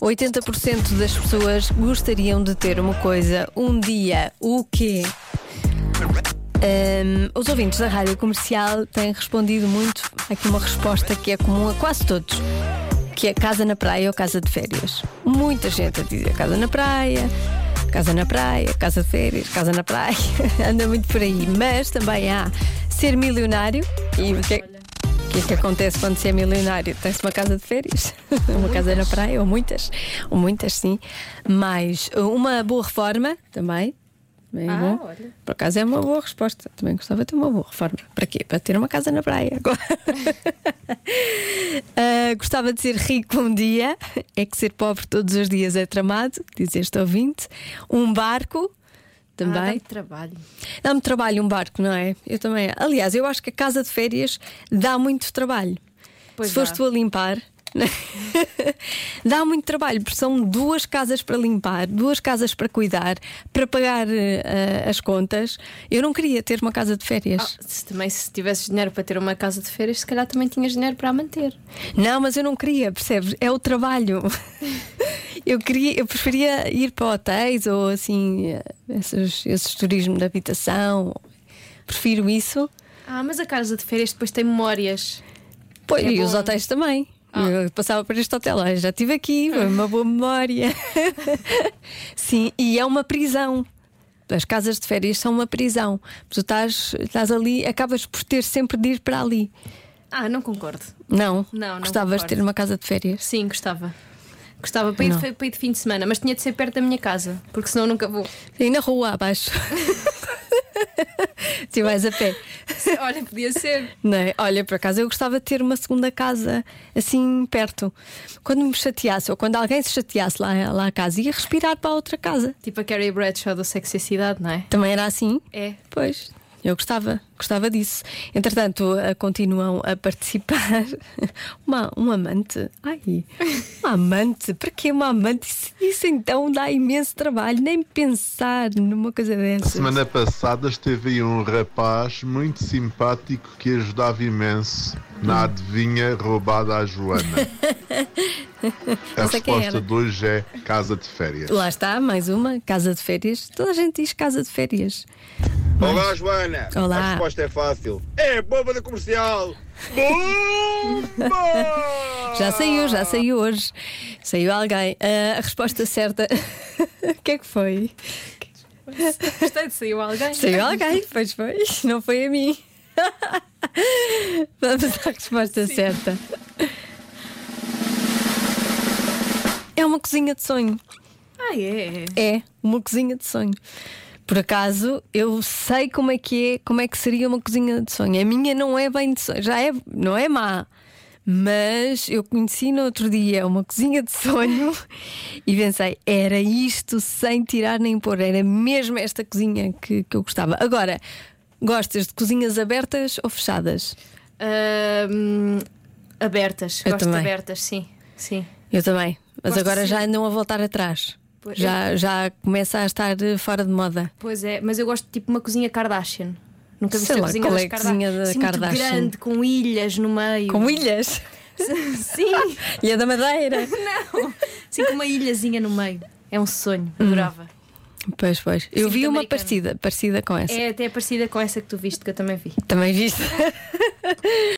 80% das pessoas gostariam de ter uma coisa um dia. O quê? Os ouvintes da Rádio Comercial têm respondido muito. Aqui uma resposta que é comum a quase todos, que é casa na praia ou casa de férias. Muita gente a dizer casa na praia, casa de férias, casa na praia. Anda muito por aí. Mas também há ser milionário. E o que é que acontece quando se é milionário? Tem-se uma casa de férias, uma casa na praia, ou muitas sim. Mais uma boa reforma também. Bem bom. Olha. Por acaso é uma boa resposta. Também gostava de ter uma boa reforma. Para quê? Para ter uma casa na praia. Gostava de ser rico um dia. É que ser pobre todos os dias é tramado, diz este ouvinte. Um barco também. Dá-me trabalho. Dá-me trabalho um barco, não é? Eu também. Aliás, eu acho que a casa de férias dá muito trabalho. Pois Se fores tu a limpar, dá muito trabalho, porque são 2 casas para limpar, 2 casas para cuidar, para pagar as contas. Eu não queria ter uma casa de férias. Se tivesses dinheiro para ter uma casa de férias, se calhar também tinhas dinheiro para a manter. Não, mas eu não queria, percebes? É o trabalho. Eu preferia ir para hotéis ou assim, esses turismo de habitação. Prefiro isso. Mas a casa de férias depois tem memórias. Pois, É e os bom. hotéis também. Eu passava por este hotel, já estive aqui, foi uma boa memória. Sim, e é uma prisão. As casas de férias são uma prisão. Tu estás ali, acabas por ter sempre de ir para ali. Não concordo. Não? Não Gostavas de concordo. ter uma casa de férias? Sim, gostava. Gostava para ir de fim de semana, mas tinha de ser perto da minha casa, porque senão nunca vou. E na rua abaixo. Tu vais a pé. Olha, podia ser. Não é? Olha, por acaso eu gostava de ter uma segunda casa assim perto. Quando me chateasse ou quando alguém se chateasse lá a casa, ia respirar para a outra casa. Tipo a Carrie Bradshaw do Sexy Cidade, não é? Também era assim? É. Pois, eu gostava disso. Entretanto, continuam a participar. Um amante. Uma amante. Para que uma amante? Isso então dá imenso trabalho. Nem pensar numa coisa dessas. Semana passada esteve aí um rapaz muito simpático que ajudava imenso na adivinha roubada à Joana. A Não sei quem resposta era. de hoje é casa de férias. Lá está, mais uma, casa de férias. Toda a gente diz casa de férias. Olá, Joana. Olá. A resposta é fácil. É bomba da comercial. Bomba! Já saiu hoje. Saiu alguém. A resposta certa. O que é que foi? Gostei de saiu alguém. Saiu alguém, pois foi. Não foi a mim. Vamos à resposta certa. É uma cozinha de sonho. É. É uma cozinha de sonho. Por acaso, eu sei como é que seria uma cozinha de sonho. A minha não é bem de sonho, não é má. Mas eu conheci no outro dia uma cozinha de sonho e pensei, era isto sem tirar nem pôr. Era mesmo esta cozinha que eu gostava. Agora, gostas de cozinhas abertas ou fechadas? Abertas. Eu Gosto também. de abertas, sim. Eu também. Mas Gosto agora de já andam a voltar atrás. Pois Já começa a estar fora de moda. Pois é, mas eu gosto de tipo uma cozinha Kardashian. Nunca vi Sei a lá, cozinha qual das é a cozinha da Assim, Kardashian? muito grande, com ilhas no meio. Com ilhas? Sim. E a da Madeira? Não. Assim, com uma ilhazinha no meio. É um sonho, adorava. Pois. Eu vi uma americana. parecida com essa. É até parecida com essa que tu viste, que eu também vi. Também viste?